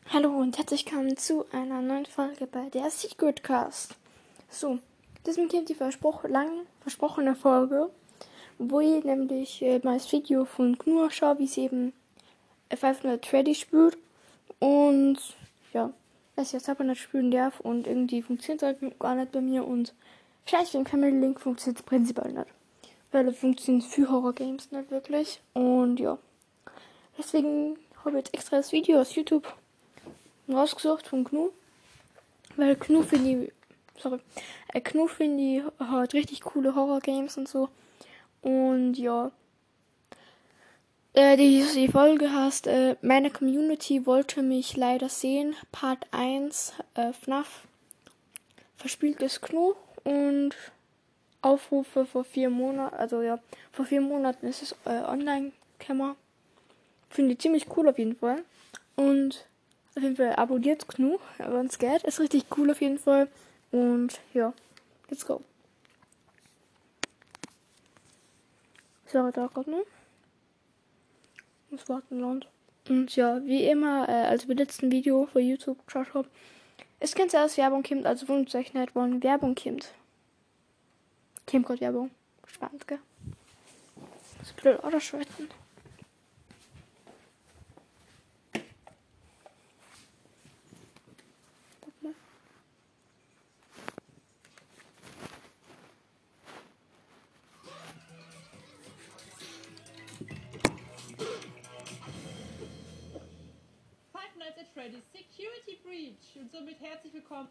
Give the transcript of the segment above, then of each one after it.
Hallo und herzlich willkommen zu einer neuen Folge bei der Secret Cast. So, das ist mit hier die lang versprochene Folge, wo ich nämlich mal das Video von Knur schaue, wie sie eben Five Nights at Freddy's spielt. Und ja, dass ich jetzt aber nicht spielen darf und irgendwie funktioniert es halt gar nicht bei mir und vielleicht wegen Family Link funktioniert es prinzipiell nicht. Weil es funktioniert für Horror Games nicht wirklich. Und ja, deswegen habe ich jetzt extra das Video aus YouTube rausgesucht von Knu, weil Knu finde ich hat richtig coole Horror-Games und so. Und ja, die Folge heißt, meine Community wollte mich leider sehen, Part 1, FNAF, verspieltes Knu und Aufrufe vor 4 Monaten, also ja, vor 4 Monaten ist es Online-Kämmer. Finde ich ziemlich cool auf jeden Fall. Und auf jeden Fall abonniert Knu, wenn es geht. Ist richtig cool auf jeden Fall. Und ja, let's go. So, da kommt noch. Das warten Land. Und ja, wie immer, also beim letzten Video für YouTube geschaut habe, es kennt ja, dass Werbung kommt, also wundert euch nicht, wann Werbung kommt. Kommt gerade Werbung. Spannend, gell? Das ist blöd, oder schwätzen. Guck mal. Five Nights at Freddy's Security Breach und somit herzlich willkommen.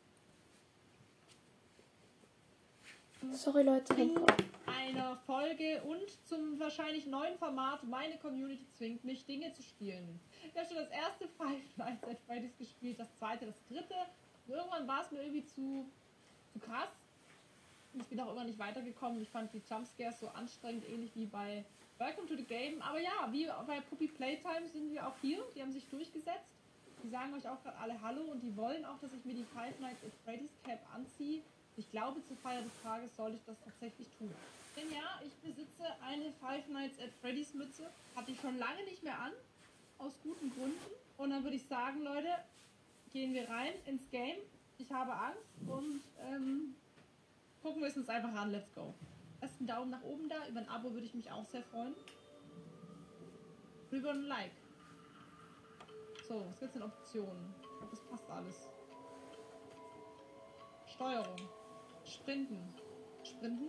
Sorry Leute, zu einer Folge und zum wahrscheinlich neuen Format Meine Community zwingt mich, Dinge zu spielen. Ich habe schon das erste Five Nights at Freddy's gespielt, das zweite, das dritte. Und irgendwann war es mir irgendwie zu krass. Und ich bin auch immer nicht weitergekommen. Ich fand die Jumpscares so anstrengend, ähnlich wie bei Welcome to the Game. Aber ja, wie bei Puppy Playtime sind wir auch hier. Die haben sich durchgesetzt. Die sagen euch auch gerade alle Hallo und die wollen auch, dass ich mir die Five Nights at Freddy's Cap anziehe. Ich glaube, zur Feier des Tages soll ich das tatsächlich tun. Denn ja, ich besitze eine Five Nights at Freddy's Mütze. Hatte ich schon lange nicht mehr an. Aus guten Gründen. Und dann würde ich sagen, Leute, gehen wir rein ins Game. Ich habe Angst und gucken wir es uns einfach an. Let's go. Lasst einen Daumen nach oben da. Über ein Abo würde ich mich auch sehr freuen. Und über ein Like. So, was gibt es denn Optionen? Ich glaube, das passt alles. Steuerung. Sprinten. Sprinten.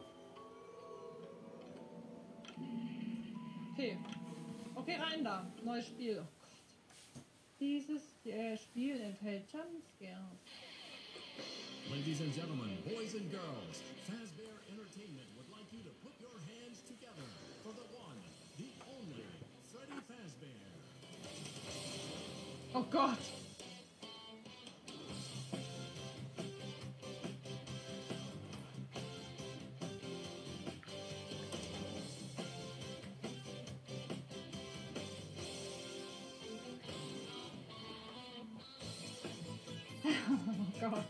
Okay. Okay, rein da. Neues Spiel. Oh Gott. Dieses Spiel enthält Jumpscares. Ladies and gentlemen, boys and girls, Fazbear Entertainment would like you to put your hands together for the one, the only, Freddy Fazbear. Oh Gott. Oh Gott.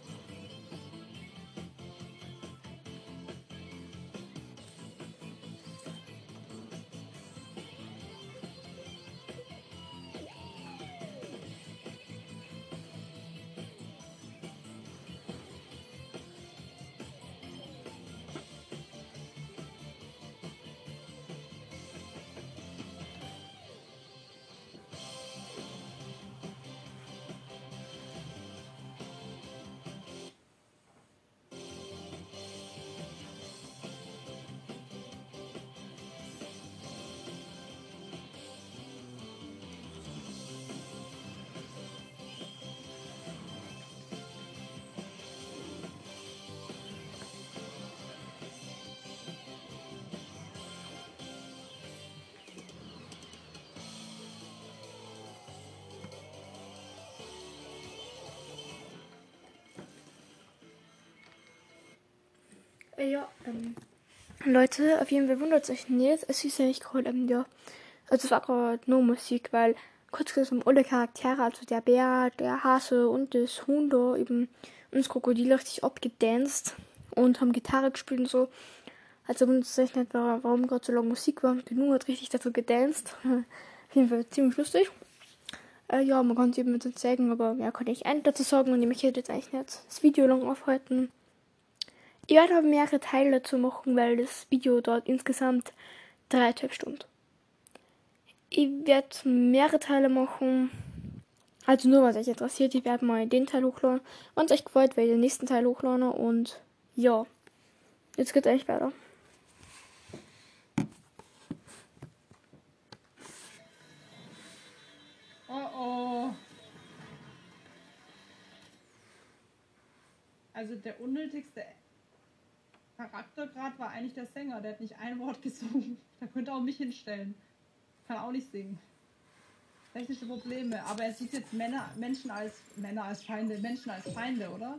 Ja, Leute, auf jeden Fall wundert euch nicht. Es ist ja nicht gerade, ja. Also es war gerade nur Musik, weil kurz gesagt um alle Charaktere, also der Bär, der Hase und das Huhn da eben und das Krokodil richtig abgedanced und haben Gitarre gespielt und so. Also wundert euch nicht, warum gerade so lange Musik war. Genug hat richtig dazu gedanced. Auf jeden Fall ziemlich lustig. Ja, man kann es eben nicht zeigen, aber mehr kann ich nicht dazu sagen und ich möchte jetzt eigentlich nicht das Video lang aufhalten. Ich werde aber mehrere Teile dazu machen, weil das Video dauert insgesamt 3,5 Stunden. Ich werde mehrere Teile machen. Also nur, was euch interessiert, ich werde mal den Teil hochladen. Wenn es euch gefällt, werde ich den nächsten Teil hochladen. Und ja, jetzt geht es eigentlich weiter. Oh oh. Also der unnötigste Charakter gerade war eigentlich der Sänger. Der hat nicht ein Wort gesungen. Da könnte auch mich hinstellen. Kann auch nicht singen. Technische Probleme. Aber er sieht jetzt Menschen als Feinde, oder?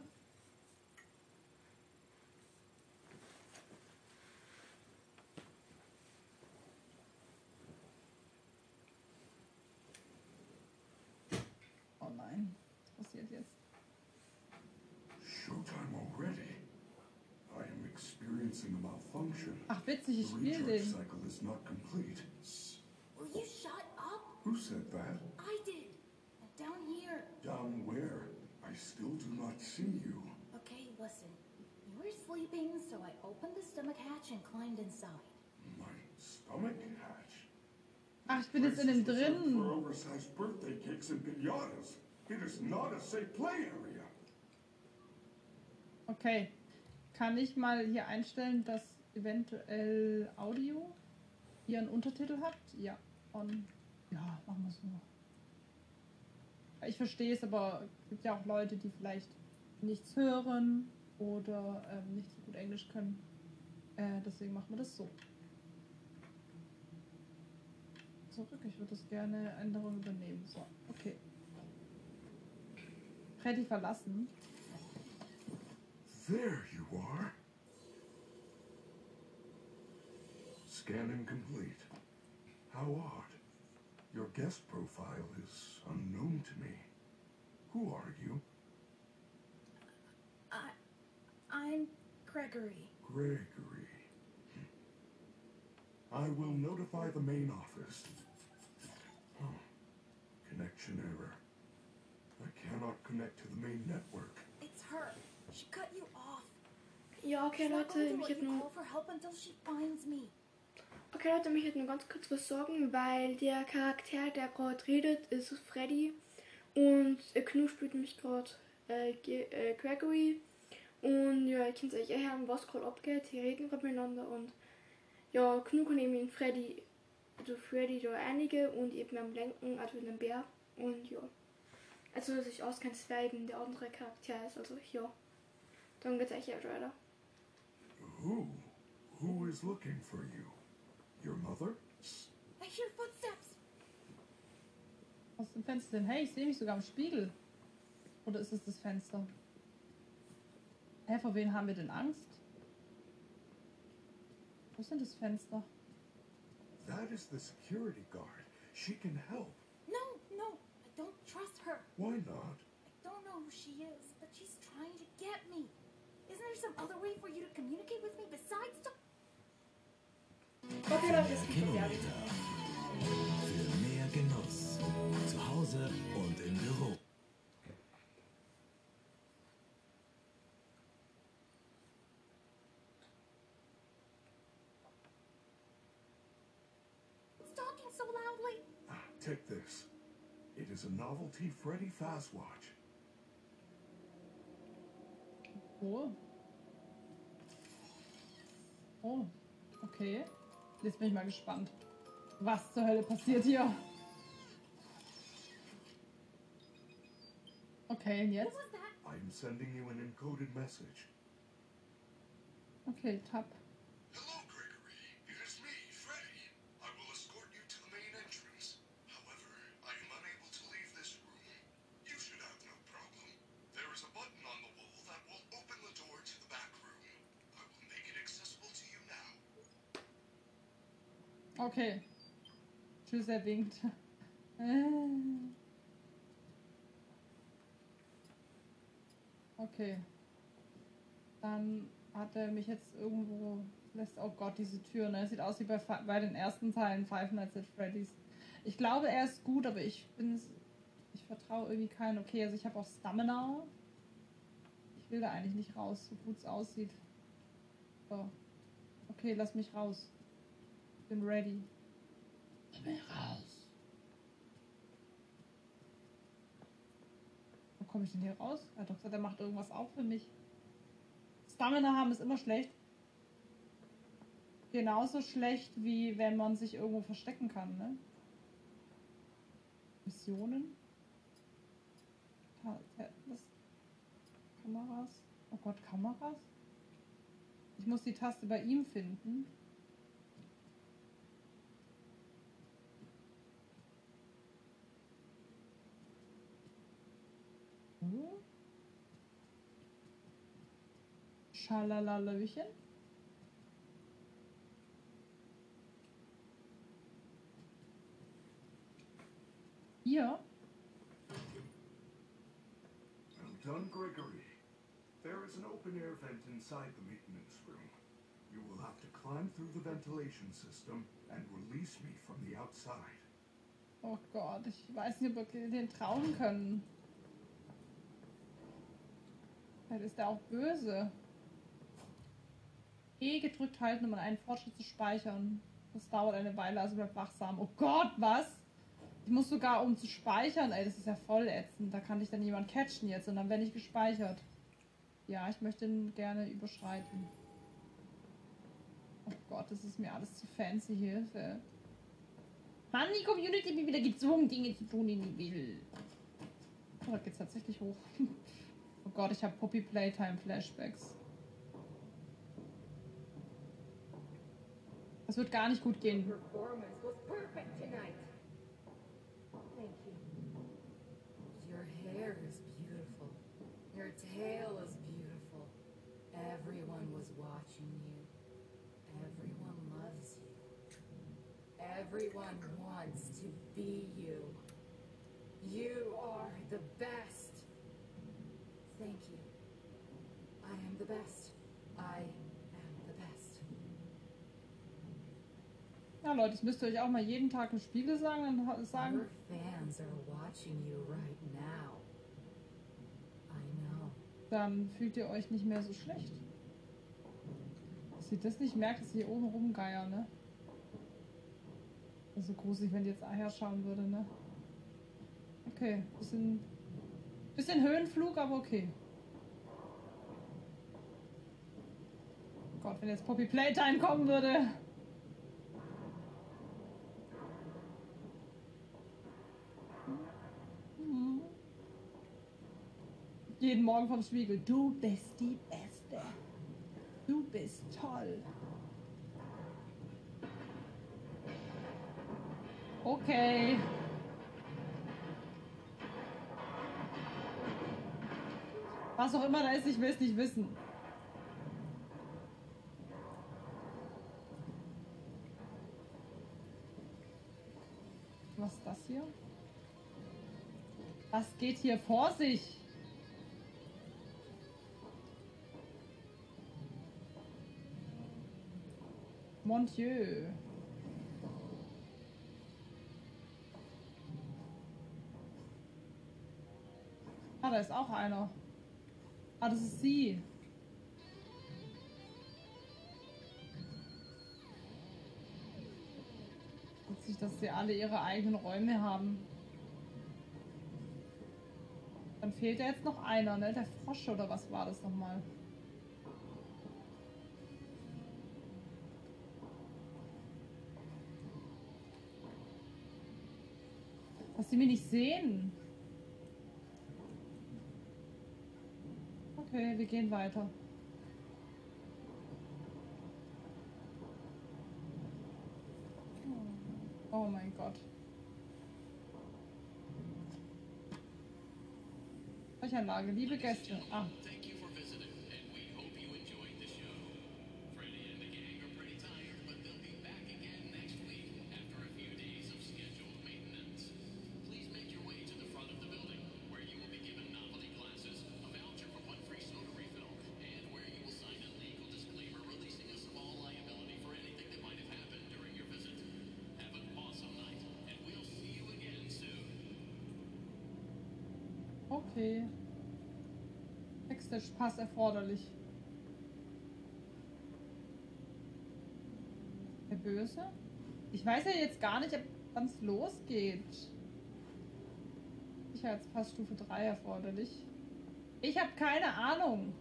Oh nein. Was passiert jetzt? Showtime already. I am experiencing a malfunction. Ach witzig, ich The spiele recharge den. cycle is not complete. Will you shut up? Who said that? I did. Down here. Down where? I still do not see you. Okay, listen. You were sleeping, so I opened the stomach hatch and climbed inside. My stomach hatch. Ach, ich bin jetzt in dem Place is reserved drin. for oversized birthday cakes and pinatas. It is not a safe play area. Okay. Kann ich mal hier einstellen, dass eventuell Audio hier einen Untertitel hat? Ja. On. Ja, machen wir es nur. Ich verstehe es, aber es gibt ja auch Leute, die vielleicht nichts hören oder nicht so gut Englisch können. Deswegen machen wir das so. Zurück, ich würde das gerne Änderungen übernehmen. So, okay. Freddy verlassen. There you are. Scanning complete. How odd. Your guest profile is unknown to me. Who are you? I'm Gregory. Gregory. I will notify the main office. Oh, connection error. I cannot connect to the main network. It's her. She cut you off. Ja, okay, She's not Leute, going to mich let hätte you nur... call for help until she finds me. Okay, Leute, mich hätte nur ganz kurz was sagen, weil der Charakter, der gerade redet, ist Freddy. Und Knu spielt nämlich gerade Gregory. Und ja, ihr könnt euch hören, was gerade abgeht. Die reden gerade miteinander. Und ja, Knu kann eben in Freddy da einige und eben am Lenken, also in einem Bär. Und ja. Also, dass ich auskennt, wer eben der andere Charakter ist. Also, ja. Dann geht's euch ja weiter. Who is looking for you? Your mother? I hear footsteps. Aus dem Fenster denn? Hey, ich sehe mich sogar im Spiegel. Oder ist es das Fenster? Hä, vor wen haben wir denn Angst? Wo ist denn das Fenster? That is the security guard. She can help. No, I don't trust her. Why not? I don't know who she is, but she's trying to get me. Isn't there some other way for you to communicate with me besides to... Okay, Leute, es gibt Kilometer. Für mehr Genuss. Zu Hause und im Büro. It's talking so loudly. Take this. It is a novelty Freddy Fazwatch. Oh. Oh, okay. Jetzt bin ich mal gespannt. Was zur Hölle passiert hier? Okay, und What jetzt? was that? I am sending you an encoded message. Okay, Tab. Hello, Gregory. It is me, Freddy. I will escort you to the main entrance. However, I am unable to leave this room. You should have no problem. There is a button on the wall that will open the door to the back room. I will make it accessible to you now. Okay. Tschüss, er winkt. Okay. Dann hat er mich jetzt irgendwo... Lässt, oh Gott, diese Tür, ne? Sieht aus wie bei den ersten Teilen Five Nights at Freddy's. Ich glaube, er ist gut, aber ich bin Ich vertraue irgendwie keinen. Okay, also ich habe auch Stamina. Ich will da eigentlich nicht raus, so gut es aussieht. So. Okay, lass mich raus. Bin ready. Lass mich raus. Wo komme ich denn hier raus? Er hat doch gesagt, er macht irgendwas auf für mich. Stamina haben ist immer schlecht. Genauso schlecht, wie wenn man sich irgendwo verstecken kann, ne? Missionen? Was? Kameras? Oh Gott, Kameras? Ich muss die Taste bei ihm finden. Schalalalöchen. Hier. Well done, Gregory. There is an open-air vent inside the maintenance room. You will have to climb through the ventilation system and release me from the outside. Oh Gott, ich weiß nicht, ob wir den trauen können. Vielleicht ist der auch böse. E gedrückt halten, um einen Fortschritt zu speichern. Das dauert eine Weile, also bleib wachsam. Oh Gott, was? Ich muss sogar, um zu speichern, ey, das ist ja voll ätzend. Da kann ich dann jemand catchen jetzt und dann werde ich gespeichert. Ja, ich möchte ihn gerne überschreiten. Oh Gott, das ist mir alles zu fancy, Hilfe. Mann, die Community hat mich wieder gezwungen, Dinge zu tun, die ich will. Oh, da geht's tatsächlich hoch. Oh Gott, ich habe Puppy Playtime Flashbacks. Das wird gar nicht gut gehen. Performance was perfect tonight. Thank you. Your hair is beautiful. Your tail is beautiful. Everyone was watching you. Everyone loves you. Everyone wants to be you. You are the best. Thank you. I am the best. I am the best. Ja, Leute, das müsst ihr euch auch mal jeden Tag im Spiegel sagen. Dann sagen. Your fans are watching you right now. I know. Dann fühlt ihr euch nicht mehr so schlecht. Dass ihr das nicht merkt, dass ihr hier oben rumgeiern, ne? Das ist so gruselig, wenn die jetzt Eier schauen würde, ne? Okay, bisschen Höhenflug, aber okay. Gott, wenn jetzt Poppy Playtime kommen würde. Jeden Morgen vom Spiegel. Du bist die Beste. Du bist toll. Okay. Was auch immer da ist, ich will es nicht wissen. Was ist das hier? Was geht hier vor sich? Mon Dieu. Ah, da ist auch einer. Ah, das ist sie. Witzig, dass sie alle ihre eigenen Räume haben. Dann fehlt ja jetzt noch einer, ne? Der Frosch oder was war das nochmal? Dass sie mich nicht sehen. Okay, wir gehen weiter. Oh mein Gott. Sprechanlage, liebe Gäste. Ah. Thank you for visiting, and we hope you enjoyed the show. Freddy and the gang are pretty tired, but they'll be back again next week after a few days of scheduled maintenance. Please make your way to the front of the building, where you will be given novelty glasses, a voucher for one free soda refill, and where you will sign a legal disclaimer releasing us of all liability for anything that might have happened during your visit. Have an awesome night, and we'll see you again soon. Okay. Backstage-Pass erforderlich. Der Böse? Ich weiß ja jetzt gar nicht, wann es losgeht. Sicherheitspass Stufe 3 erforderlich. Ich habe keine Ahnung.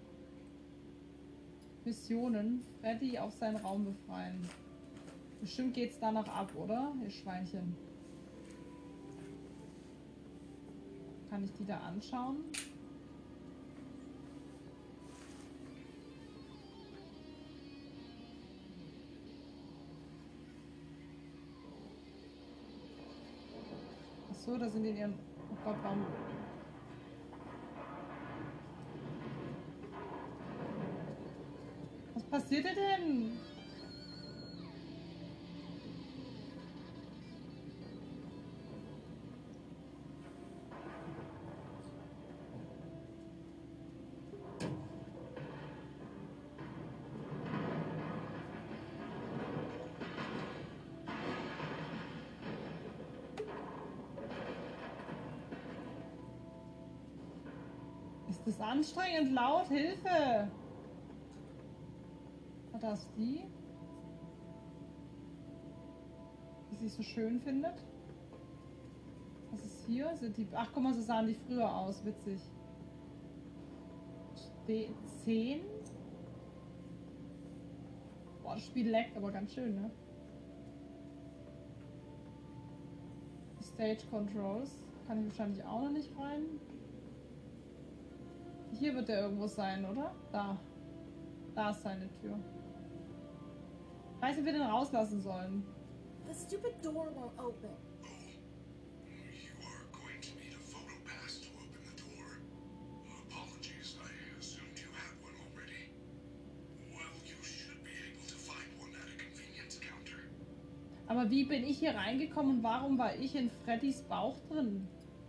Missionen. Freddy auf seinen Raum befreien. Bestimmt geht's danach ab, oder? Ihr Schweinchen. Kann ich die da anschauen? Achso, da sind in ihren... Oh Gott, warum... Was passiert denn? Ist das anstrengend laut? Hilfe! War das die? Die sich so schön findet? Was ist hier? Sind die... Ach, guck mal, so sahen die früher aus. Witzig. 10? Boah, das Spiel leckt aber ganz schön, ne? Stage Controls. Kann ich wahrscheinlich auch noch nicht rein. Hier wird der irgendwo sein, oder? Da. Da ist seine Tür. Ich weiß nicht, wie wir den rauslassen sollen. The stupid door won't open. You are going to need a photo pass to open the door. Apologies, I assumed you had one already. Well, you should be able to find one at a convenience counter. Aber wie bin ich hier reingekommen und warum war ich in Freddys Bauch drin?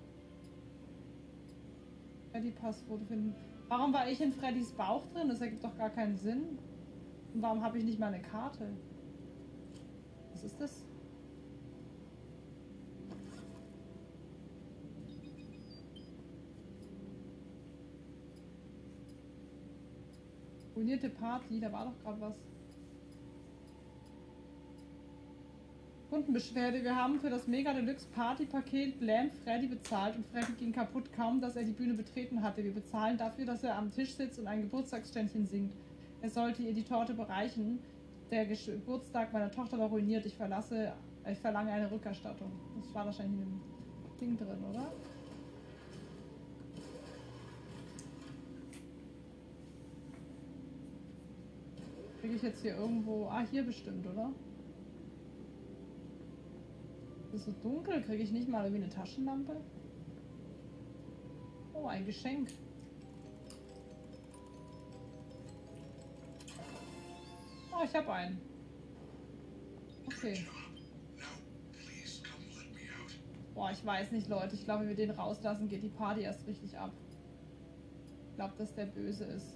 Freddy Passfoto finden. Warum war ich in Freddys Bauch drin? Das ergibt doch gar keinen Sinn. Und warum habe ich nicht mal eine Karte? Was ist das? Ruinierte Party, da war doch gerade was. Kundenbeschwerde. Wir haben für das Mega Deluxe Party Paket Lamb Freddy bezahlt und Freddy ging kaputt, kaum dass er die Bühne betreten hatte. Wir bezahlen dafür, dass er am Tisch sitzt und ein Geburtstagsständchen singt. Er sollte ihr die Torte bereichen. Der Geburtstag meiner Tochter war ruiniert. Ich verlange eine Rückerstattung. Das war wahrscheinlich in dem Ding drin, oder? Kriege ich jetzt hier irgendwo... Ah, hier bestimmt, oder? Ist so dunkel, kriege ich nicht mal irgendwie eine Taschenlampe? Oh, ein Geschenk. Oh, ich habe einen. Okay. Boah, ich weiß nicht, Leute. Ich glaube, wenn wir den rauslassen, geht die Party erst richtig ab. Ich glaube, dass der böse ist.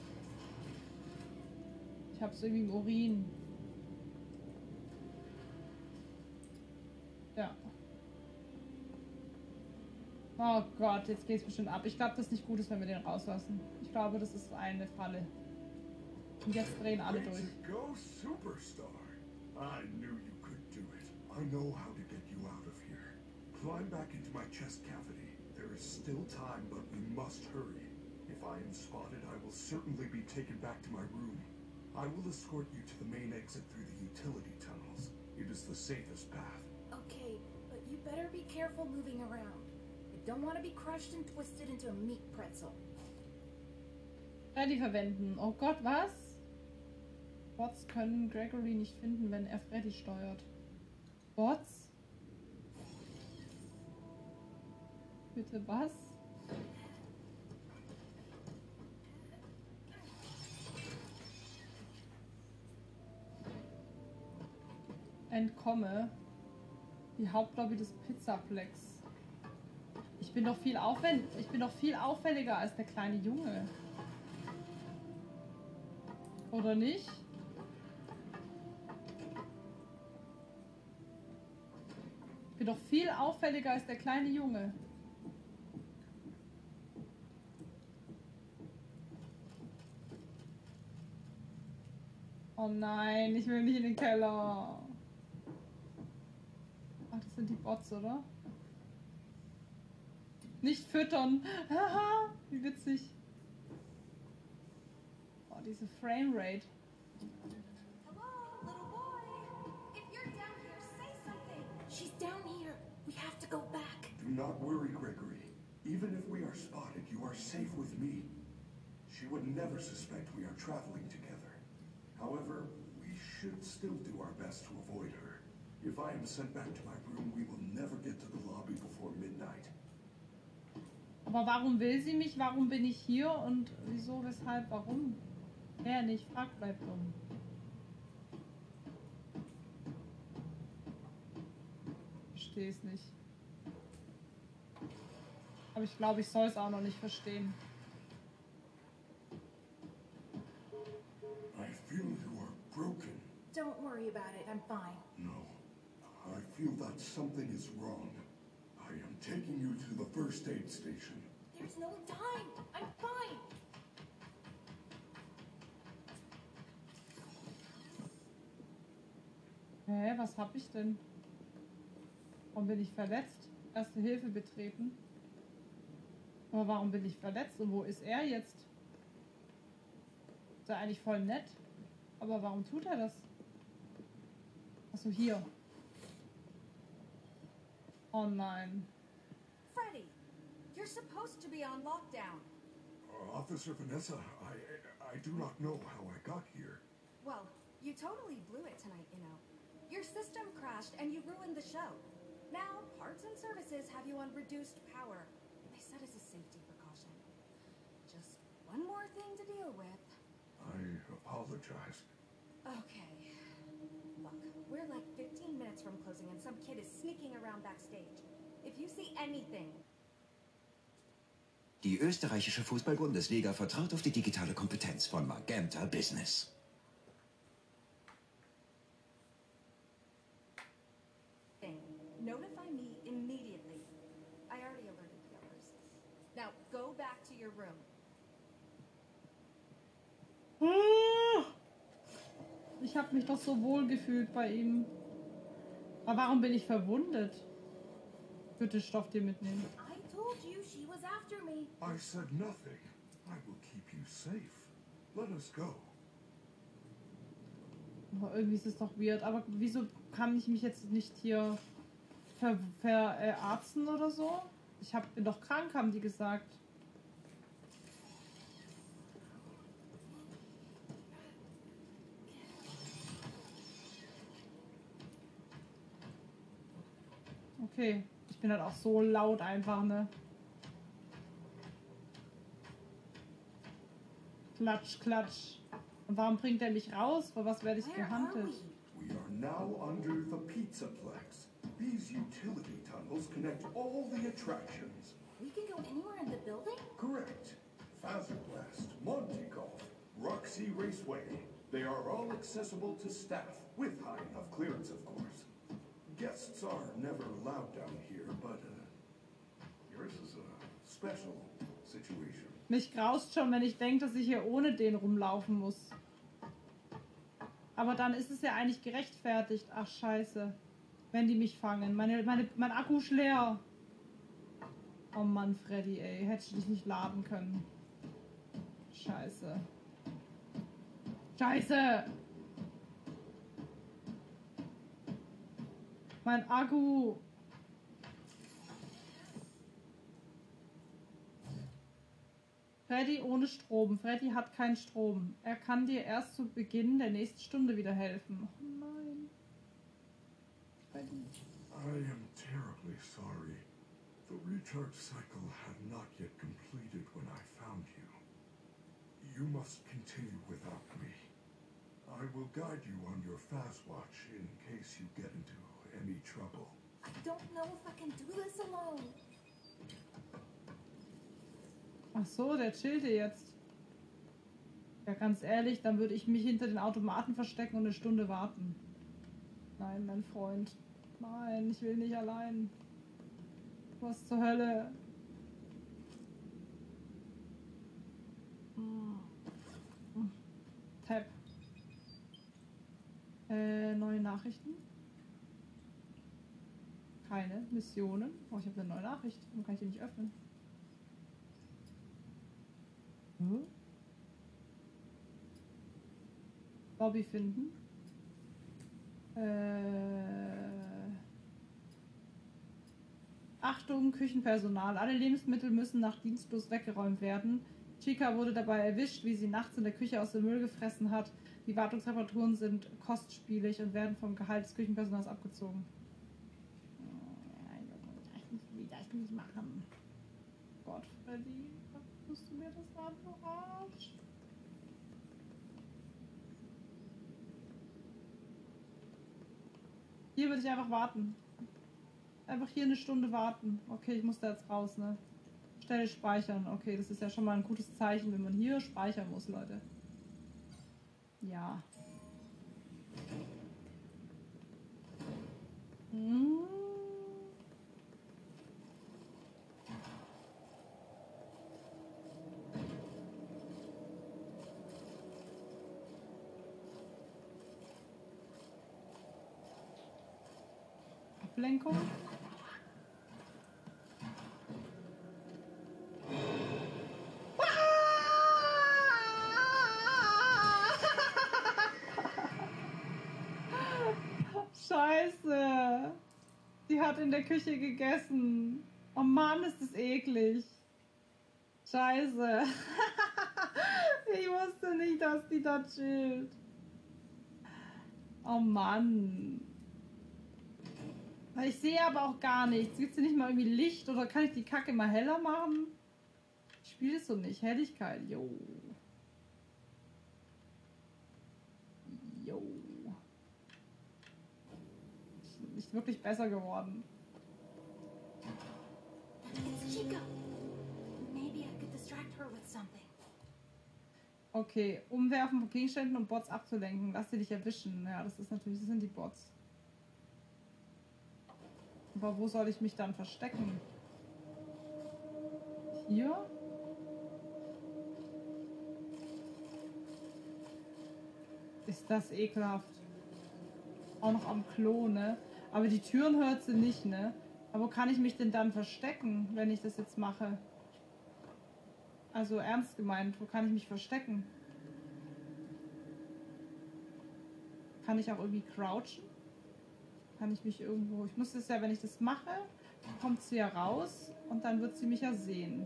Ich habe es irgendwie im Urin. Ja. Oh Gott, jetzt geht's bestimmt ab. Ich glaube, das ist nicht gut ist, wenn wir den rauslassen. Ich glaube, das ist eine Falle. Und jetzt drehen alle durch. Go, superstar! I knew you could do it. I know how to get you out of here. Climb back into my chest cavity. There is still time, but we must hurry. If I am spotted, I will certainly be taken back to my room. I will escort you to the main exit through the utility tunnels. It is the safest path. Okay, but you better be careful moving around. I don't want to be crushed and twisted into a meat pretzel. Freddy verwenden. Oh Gott, was? Bots können Gregory nicht finden, wenn er Freddy steuert. Bots? Bitte was? Entkomme. Die Hauptlobby des Pizzaplex. Ich bin doch viel auffälliger als der kleine Junge. Oder nicht? Ich bin doch viel auffälliger als der kleine Junge. Oh nein, ich will nicht in den Keller. Ach, das sind die Bots, oder? Nicht füttern. Haha, wie witzig. Oh, diese Framerate. Hello, little boy. If you're down here, say something. She's down here. We have to go back. Do not worry, Gregory. Even if we are spotted, you are safe with me. She would never suspect we are traveling together. However, we should still do our best to avoid her. If I am sent back to my room, we will never get to the lobby before midnight. Aber warum will sie mich? Warum bin ich hier? Und wieso, weshalb, warum? Wer nicht fragt, bleibt dumm. Verstehe es nicht. Aber ich glaube, ich soll es auch noch nicht verstehen. I feel you are broken. Don't worry about it. I'm fine. No, I feel that something is wrong. I am taking you to the first aid station. There's no time. I'm fine. Hä, was hab ich denn? Warum bin ich verletzt? Erste Hilfe betreten. Aber warum bin ich verletzt und wo ist er jetzt? Ist er eigentlich voll nett? Aber warum tut er das? Achso, hier. Oh nein. Freddy, you're supposed to be on lockdown. Officer Vanessa, I do not know how I got here. Well, you totally blew it tonight, you know. Your system crashed and you ruined the show. Now, parts and services have you on reduced power. They said as a safety precaution. Just one more thing to deal with. I apologize. Okay. Look, we're like 15 minutes from closing and some kid is sneaking around backstage. If you see anything... Die österreichische Fußball-Bundesliga vertraut auf die digitale Kompetenz von Magenta Business. Notify me immediately. I already alerted the others. Now, go back to your room. Ich habe mich doch so wohl gefühlt bei ihm. Aber warum bin ich verwundet? Bitte Stofftier mitnehmen. I told you she was after me. I said nothing. I will keep you safe. Let us go. Aber irgendwie ist es doch weird. Aber wieso kann ich mich jetzt nicht hier verarzten oder so? Bin doch krank, haben die gesagt. Okay, ich bin halt auch so laut einfach, ne? Klatsch, klatsch. Und warum bringt er mich raus? Vor was werde ich Where are gehandelt? we? We are now under the Pizzaplex. These utility tunnels connect all the attractions. We can go anywhere in the building? Correct. Fazerblast, Monte Golf, Roxy Raceway. They are all accessible to staff, with high enough clearance, of course. Guests are never allowed down here, but yours is a special situation. Mich graust schon, wenn ich denke, dass ich hier ohne den rumlaufen muss. Aber dann ist es ja eigentlich gerechtfertigt. Ach, scheiße. Wenn die mich fangen. Mein Akku ist leer. Oh Mann, Freddy, ey. Hätte ich dich nicht laden können. Scheiße. Scheiße! Mein Akku! Freddy ohne Strom. Freddy hat keinen Strom. Er kann dir erst zu Beginn der nächsten Stunde wieder helfen. Oh nein. Freddy. I am terribly sorry. The recharge cycle had not yet completed when I found you. You must continue without me. I will guide you on your fast watch in case you get into any trouble. I don't know if I can do this alone. Ach so, der chillte jetzt. Ja, ganz ehrlich, dann würde ich mich hinter den Automaten verstecken und eine Stunde warten. Nein, mein Freund. Nein, ich will nicht allein. Was zur Hölle? Tab. Nachrichten? Keine Missionen. Oh, ich habe eine neue Nachricht. Warum kann ich die nicht öffnen? Bobby finden. Achtung, Küchenpersonal. Alle Lebensmittel müssen nach Dienstschluss weggeräumt werden. Chica wurde dabei erwischt, wie sie nachts in der Küche aus dem Müll gefressen hat. Die Wartungsreparaturen sind kostspielig und werden vom Gehalt des Küchenpersonals abgezogen. Das nicht machen. Gott, Freddy, tust du mir das Arsch? Hier würde ich einfach warten. Einfach hier eine Stunde warten. Okay, ich muss da jetzt raus, ne? Stelle speichern. Okay, das ist ja schon mal ein gutes Zeichen, wenn man hier speichern muss, Leute. Ja. Ablenkung. Scheiße. Die hat in der Küche gegessen. Oh Mann, ist das eklig. Scheiße. Ich wusste nicht, dass die da chillt. Oh Mann. Ich sehe aber auch gar nichts. Gibt es nicht mal irgendwie Licht oder kann ich die Kacke mal heller machen? Ich spiele es so nicht. Helligkeit. Jo. Jo. Ist nicht wirklich besser geworden. It's Chica. Maybe I could distract her with something. Okay, umwerfen von Gegenständen, um Bots abzulenken. Lass sie dich erwischen. Ja, das sind die Bots. Aber wo soll ich mich dann verstecken? Hier? Ist das ekelhaft. Auch noch am Klo, ne? Aber die Türen hört sie nicht, ne? Aber wo kann ich mich denn dann verstecken, wenn ich das jetzt mache? Also ernst gemeint, wo kann ich mich verstecken? Kann ich auch irgendwie crouchen? Kann ich mich irgendwo... Ich muss das ja, wenn ich das mache, kommt sie ja raus und dann wird sie mich ja sehen.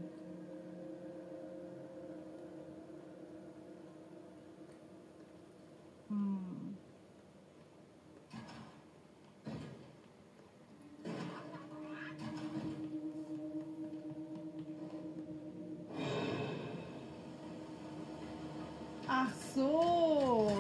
Ach so.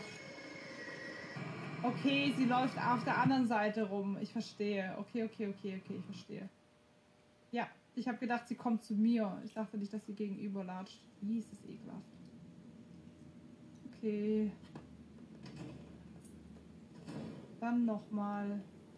Okay, sie läuft auf der anderen Seite rum. Ich verstehe. Okay, ich verstehe. Ja, ich habe gedacht, sie kommt zu mir. Ich dachte nicht, dass sie gegenüber latscht. Wie ist es ekelhaft. Okay. Dann nochmal.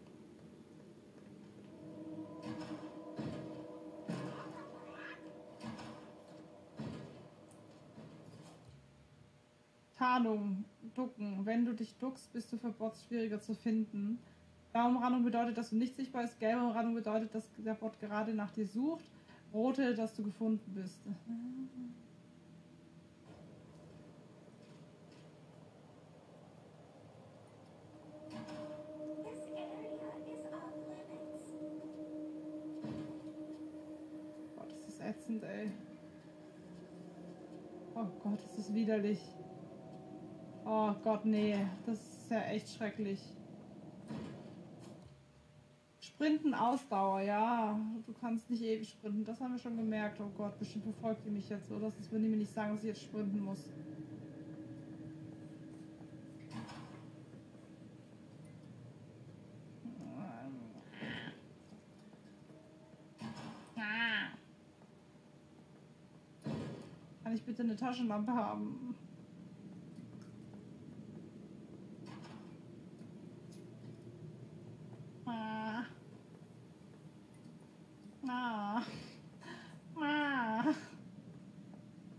Tarnung, ducken. Wenn du dich duckst, bist du für Bots schwieriger zu finden. Blaue Umrandung bedeutet, dass du nicht sichtbar bist. Gelbe Umrandung bedeutet, dass der Bot gerade nach dir sucht. Rote, dass du gefunden bist. Gott, das ist ätzend, ey. Oh Gott, das ist widerlich. Oh Gott, nee. Das ist ja echt schrecklich. Sprinten, Ausdauer, ja. Du kannst nicht ewig sprinten. Das haben wir schon gemerkt. Oh Gott, bestimmt verfolgt die mich jetzt, oder? Sonst würden die mir nicht sagen, dass ich jetzt sprinten muss. Kann ich bitte eine Taschenlampe haben?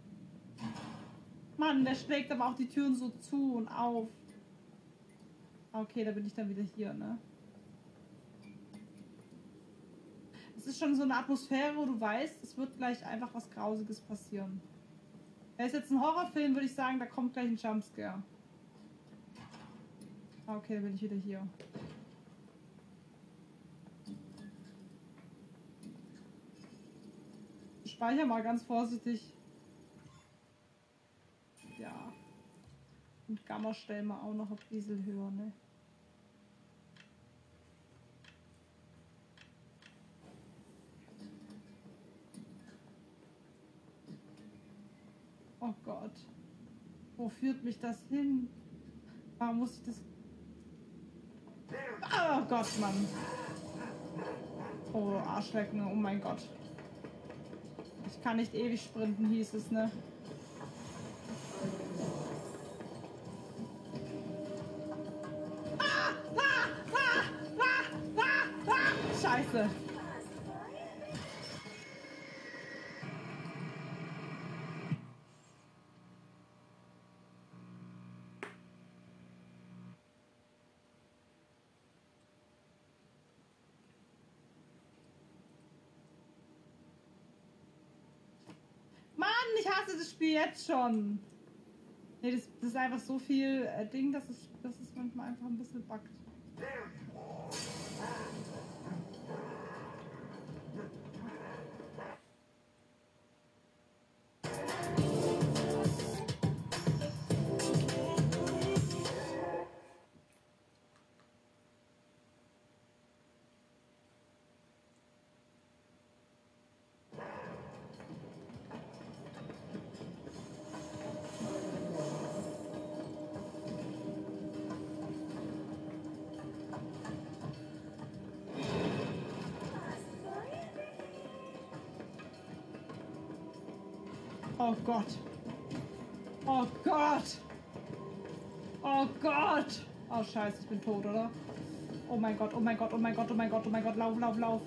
Mann, der schlägt aber auch die Türen so zu und auf. Okay, da bin ich dann wieder hier, ne? Es ist schon so eine Atmosphäre, wo du weißt, es wird gleich einfach was Grausiges passieren. Wäre es jetzt ein Horrorfilm, würde ich sagen, da kommt gleich ein Jumpscare. Okay, da bin ich wieder hier. Ich speichere mal ganz vorsichtig. Ja. Und Gamma stellen wir auch noch ein bisschen höher, ne? Oh Gott. Wo führt mich das hin? Warum muss ich das... Oh Gott, Mann. Oh, Arschlecken, oh mein Gott. Ich kann nicht ewig sprinten, hieß es, ne? Scheiße. Mann, ich hasse das Spiel jetzt schon. Nee, das ist einfach so viel Ding, dass es manchmal einfach ein bisschen buggt. Oh Gott. Oh Gott. Oh Gott. Oh Scheiße, ich bin tot, oder? Oh mein Gott, oh mein Gott, oh mein Gott, oh mein Gott, oh mein Gott. Lauf, lauf, lauf.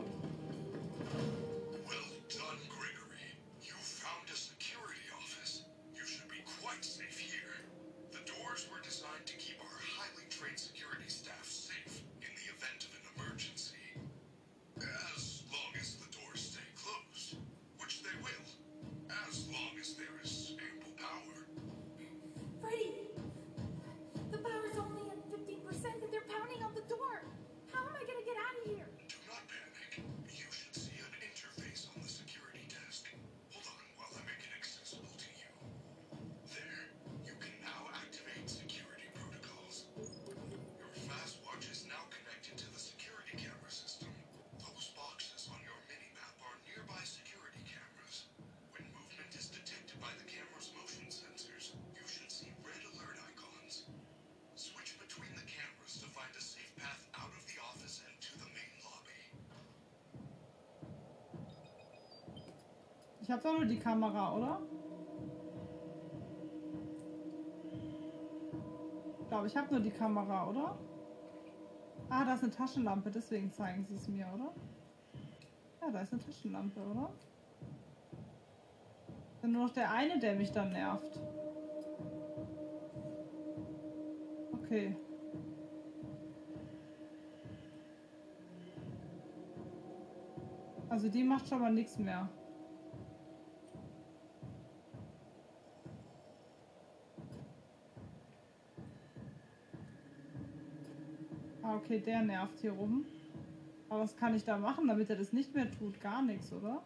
Well done, Gregory. You found a security office. You should be quite safe here. The doors were designed to keep our highly trained security staff safe in the event of an emergency. As long as the doors stay closed, which they will. As long as there is ample power. Freddy! The power's only at 15% and they're pounding on the door. How am I gonna get out of here? Do not panic. You should see an interface on the security desk. Hold on while I make it accessible to you. There, you can now activate security protocols. Your fast watch is now connected to the security camera system. Those boxes on your mini-map are nearby security cameras. When movement is detected by the camera's motion sensors, you should see red alert icons. Switch between the cameras to find a safe path out of the office and to the main lobby. Ich habe doch nur die Kamera, oder? Ich glaube, ich habe nur die Kamera, oder? Ah, da ist eine Taschenlampe, deswegen zeigen sie es mir, oder? Ja, da ist eine Taschenlampe, oder? Ist nur noch der eine, der mich dann nervt. Okay. Also die macht schon mal nichts mehr. Ah, okay, der nervt hier rum. Aber was kann ich da machen, damit er das nicht mehr tut? Gar nichts, oder?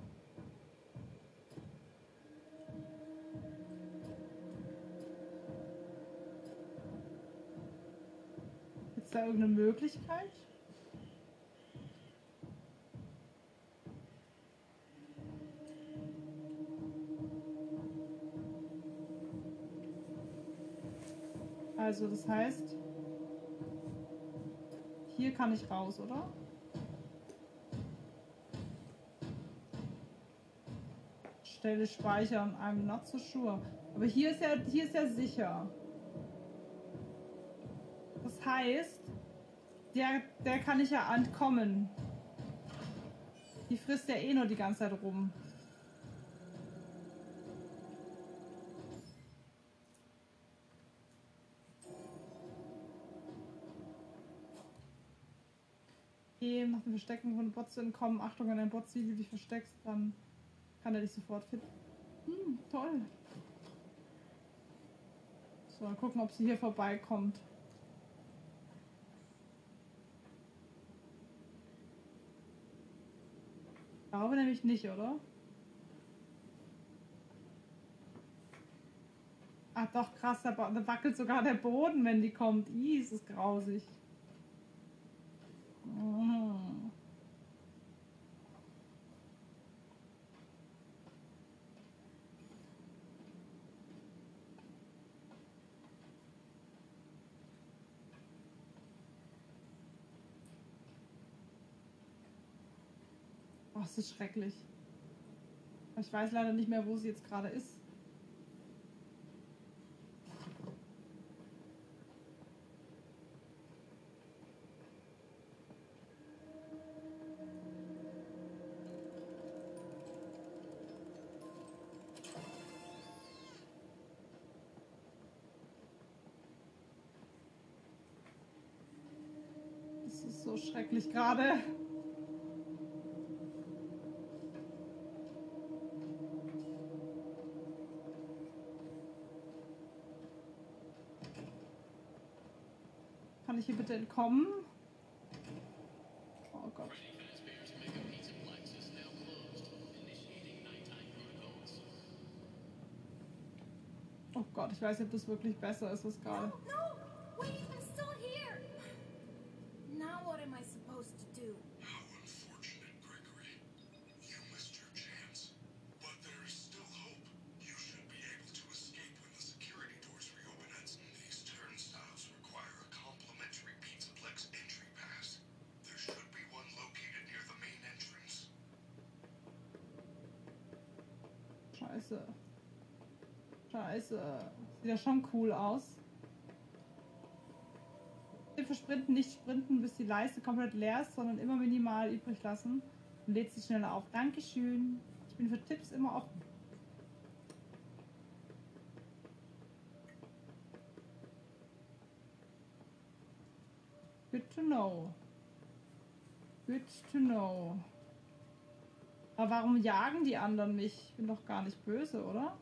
Ist da irgendeine Möglichkeit? Also das heißt, hier kann ich raus, oder? Stelle speichern, I'm not so sure. Aber hier ist ja sicher. Das heißt, der kann ich ja entkommen. Die frisst ja eh nur die ganze Zeit rum. Okay, nach dem Verstecken von einem Bot zu entkommen. Achtung, wenn ein Bot sieht, wie du dich versteckst, dann kann er dich sofort finden. Toll. So, mal gucken, ob sie hier vorbeikommt. Ich glaube nämlich nicht, oder? Ach doch, krass, da wackelt sogar der Boden, wenn die kommt. Ih, ist es grausig. Mhm. Oh, es ist schrecklich. Ich weiß leider nicht mehr, wo sie jetzt gerade ist. Es ist so schrecklich gerade. Kann ich hier bitte entkommen? Oh Gott. Freddy Fazbear's Mega Pizzaplex is now closed. Initiating nighttime protocols. Oh Gott, ich weiß nicht, ob das wirklich besser ist, was gerade. No! Wait, I'm still here! Now what am I supposed to do? How unfortunate, Gregory. You missed your chance. But there is still hope. You should be able to escape when the security doors reopen. These turnstiles require a complimentary Pizzaplex entry pass. There should be one located near the main entrance. Scheiße. Scheiße. Sieht ja schon cool aus. Für Sprinten nicht sprinten, bis die Leiste komplett leer ist, sondern immer minimal übrig lassen. Und lädt sich schneller auf. Dankeschön. Ich bin für Tipps immer offen. Good to know. Good to know. Aber warum jagen die anderen mich? Ich bin doch gar nicht böse, oder?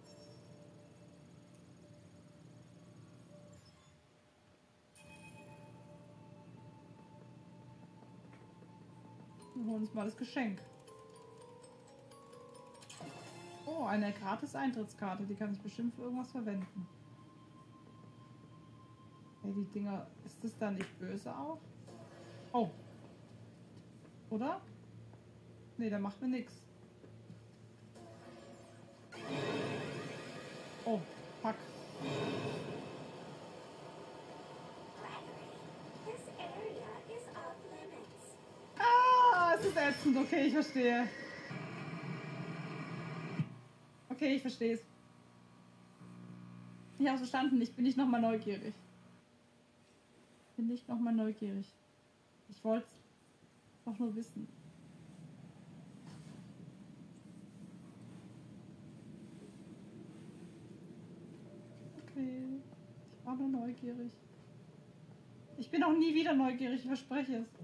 Wir holen uns mal das Geschenk. Oh, eine gratis Eintrittskarte. Die kann ich bestimmt für irgendwas verwenden. Hey, die Dinger... Ist das da nicht böse auch? Oh. Oder? Nee, der macht mir nichts. Oh, fuck. This area is off limits. Ah, es ist ätzend. Okay, ich verstehe. Okay, ich verstehe es. Ich habe verstanden. Ich bin nicht nochmal neugierig. Bin nicht nochmal neugierig. Ich wollte es doch nur wissen. Okay. Ich war nur neugierig. Ich bin auch nie wieder neugierig, ich verspreche es.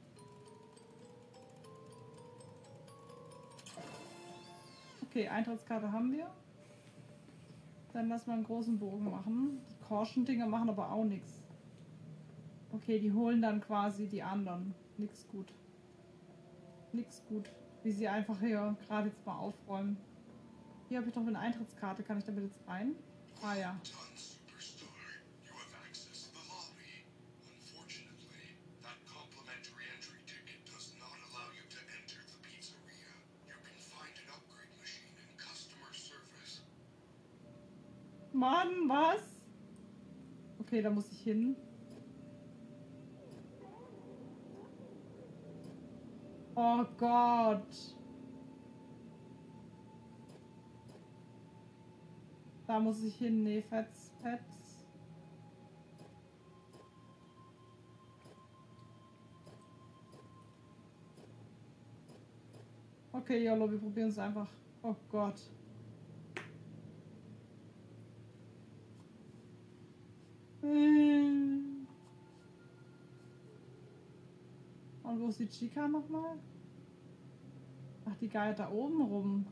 Okay, Eintrittskarte haben wir. Dann lassen wir einen großen Bogen machen. Die Caution-Dinger machen aber auch nichts. Okay, die holen dann quasi die anderen. Nix gut. Nix gut. Wie sie einfach hier gerade jetzt mal aufräumen. Hier habe ich doch eine Eintrittskarte. Kann ich damit jetzt rein? Ah ja. Done, superstar. You have access to the lobby. Unfortunately, that complimentary entry ticket does not allow you to enter the pizzeria. You can find an upgrade machine in customer service. Mann, was? Okay, da muss ich hin. Oh Gott. Da muss ich hin. Nee, Fetz. Okay, Jolo, wir probieren es einfach. Oh Gott. Und wo ist die Chica nochmal? Ach, die geiert da oben rum.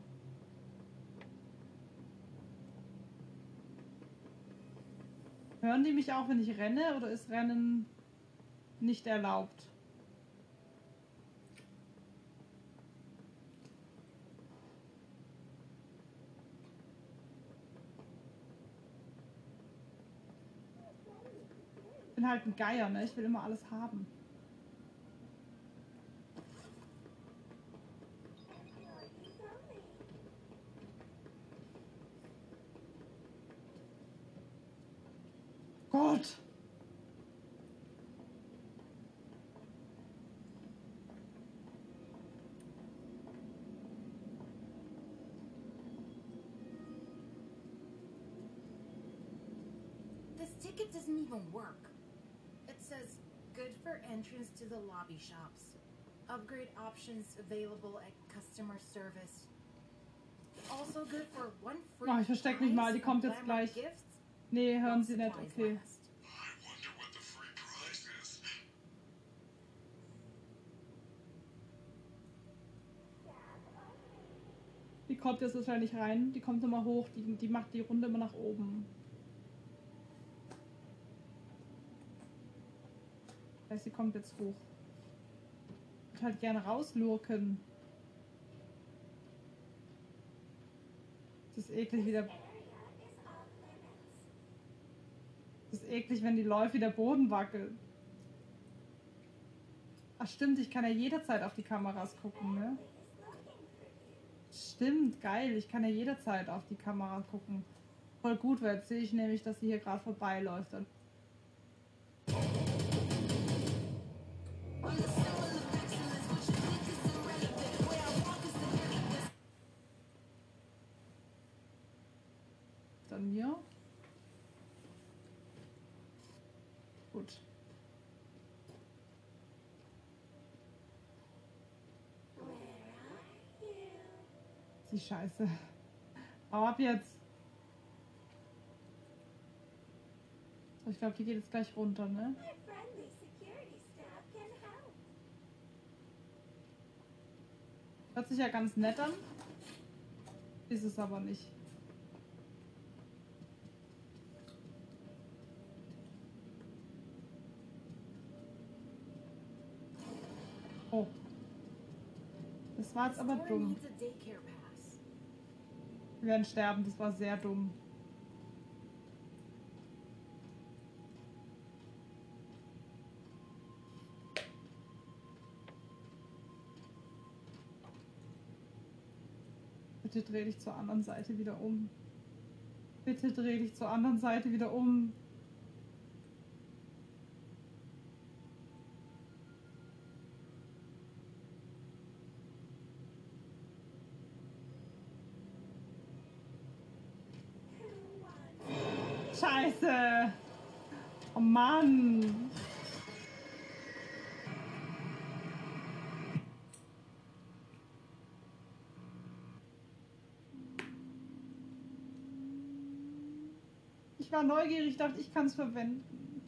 Hören die mich auch, wenn ich renne, oder ist Rennen nicht erlaubt? Ich bin halt ein Geier, ne? Ich will immer alles haben. Gott! This ticket doesn't even work. It says, good for entrance to the lobby shops. Upgrade options available at customer service. Also good for one free Oh, ich versteck mich mal, die kommt jetzt glamour gleich. gifts. Nee, hören while Sie nicht, supplies okay. last. I wonder what the free prize is. Die kommt jetzt wahrscheinlich rein, die kommt immer hoch, die macht die Runde immer nach oben. Das heißt, sie kommt jetzt hoch. Ich würde halt gerne rauslurken. Das ist eklig wieder. Das ist eklig, wenn die läuft, wie der Boden wackelt. Ach stimmt, ich kann ja jederzeit auf die Kameras gucken, ne? Stimmt, geil, ich kann ja jederzeit auf die Kamera gucken. Voll gut, weil jetzt sehe ich nämlich, dass sie hier gerade vorbeiläuft. Dann mir. Gut. Die Scheiße. Hau ab jetzt. So, ich glaube, die geht jetzt gleich runter, ne? Hört sich ja ganz nett an. Ist es aber nicht. Oh. Das war jetzt aber Store dumm. needs a daycare pass. Wir werden sterben, das war sehr dumm. Bitte dreh dich zur anderen Seite wieder um. Bitte dreh dich zur anderen Seite wieder um. Scheiße! Oh Mann! Ich war neugierig, dachte, ich kann es verwenden.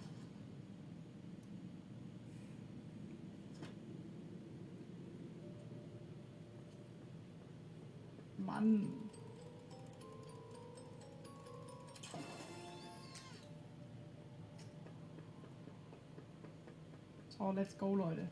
Mann. So, let's go, Leute.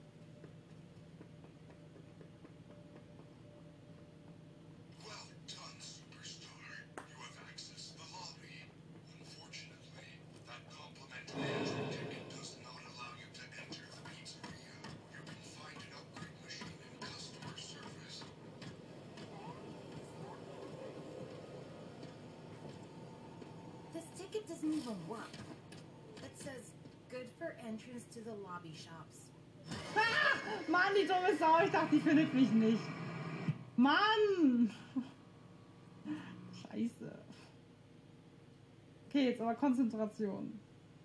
Well done, superstar. You have accessed the lobby. Unfortunately, that complimentary entry ticket does not allow you to enter the pizzeria. You can find an upgrade machine in customer service. This ticket doesn't even work. It says, good for entrance to the lobby shops. Mann, die dumme Sau, ich dachte, die findet mich nicht. Mann! Scheiße. Okay, jetzt aber Konzentration.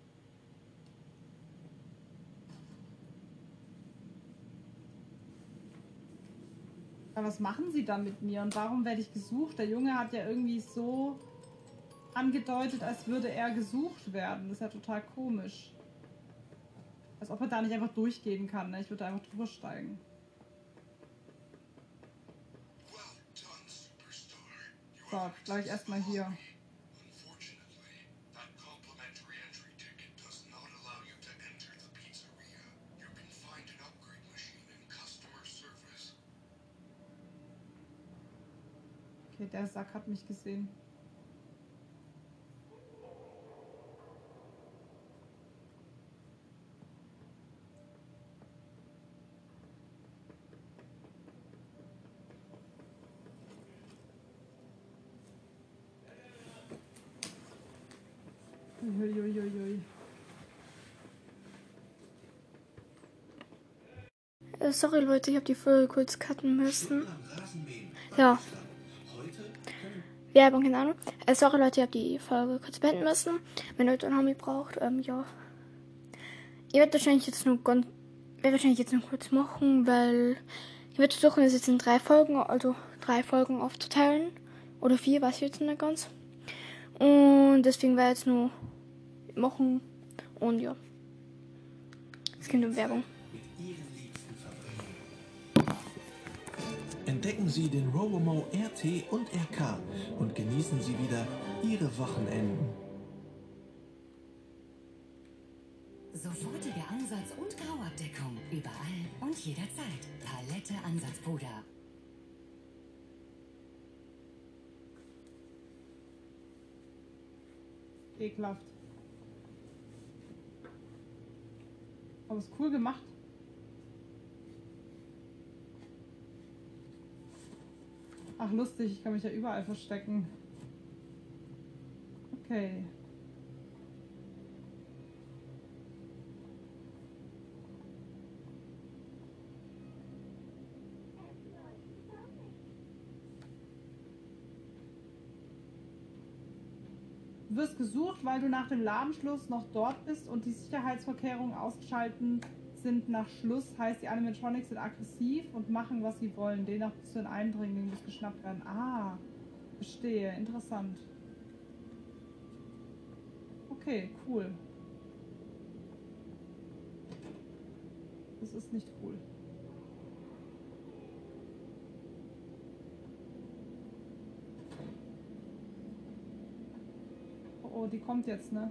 Aber was machen sie dann mit mir und warum werde ich gesucht? Der Junge hat ja irgendwie so angedeutet, als würde er gesucht werden. Das ist ja total komisch. Als ob er da nicht einfach durchgehen kann, ne? Ich würde einfach drüber steigen. Well done, superstar. You So, have bleib ich erstmal hier. Unfortunately, that complimentary entry ticket does not allow you to enter the pizzeria. You can find an upgrade machine in customer service. Okay, der Sack hat mich gesehen. Uiuiuiui. Sorry Leute, ich habe die Folge kurz cutten müssen. Ja. Werbung, keine Ahnung. Sorry Leute, ich habe die Folge kurz beenden müssen. Wenn ihr ein Homie braucht, ja. Ich werde wahrscheinlich jetzt nur kurz machen, weil ich werde versuchen, es jetzt in 3 Folgen, also 3 Folgen aufzuteilen. Oder 4, weiß ich jetzt nicht ganz. Und deswegen werde ich jetzt nur machen. Und ja. Es gibt um Werbung. Entdecken Sie den Robomo RT und RK und genießen Sie wieder Ihre Wochenenden. Sofortige Ansatz- und Grauabdeckung. Überall und jederzeit. Palette Ansatzpuder. Ekelhaft. Aber ist cool gemacht. Ach lustig, ich kann mich ja überall verstecken. Okay. Du wirst gesucht, weil du nach dem Ladenschluss noch dort bist und die Sicherheitsvorkehrungen ausgeschalten sind nach Schluss. Heißt, die Animatronics sind aggressiv und machen, was sie wollen. Demnach bist du ein Eindringling, muss geschnappt werden. Ah, verstehe. Interessant. Okay, cool. Das ist nicht cool. Oh, die kommt jetzt, ne?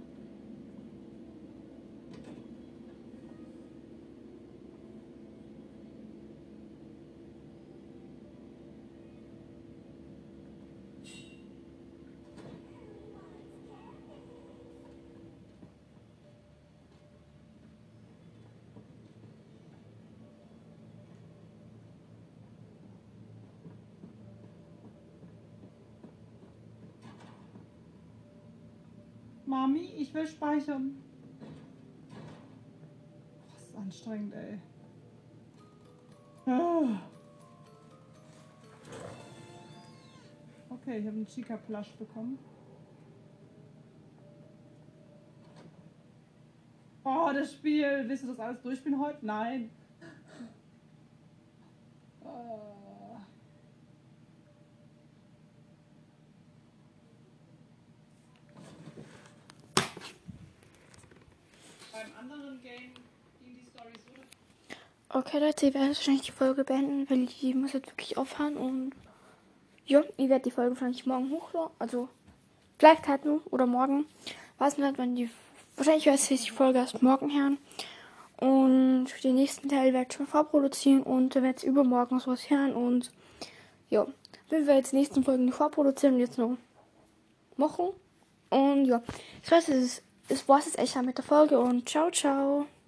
Mami, ich will speichern. Das ist anstrengend, ey. Ah. Okay, ich habe einen Chica-Plush bekommen. Oh, das Spiel. Willst du das alles durchspielen heute? Nein. Beim anderen Game ging die Story so. Okay Leute, ich werde wahrscheinlich die Folge beenden, weil ich muss jetzt wirklich aufhören und ja, ich werde die Folge wahrscheinlich morgen hochladen, also vielleicht halt nur oder morgen, weiß nicht, wenn die, wahrscheinlich werde ich die Folge erst morgen hören und den nächsten Teil werde ich schon vorproduzieren und dann werde ich übermorgen sowas hören und ja, wenn wir jetzt die nächsten Folgen nicht vorproduzieren und jetzt noch machen und ja, das war's jetzt echt mit der Folge und ciao, ciao.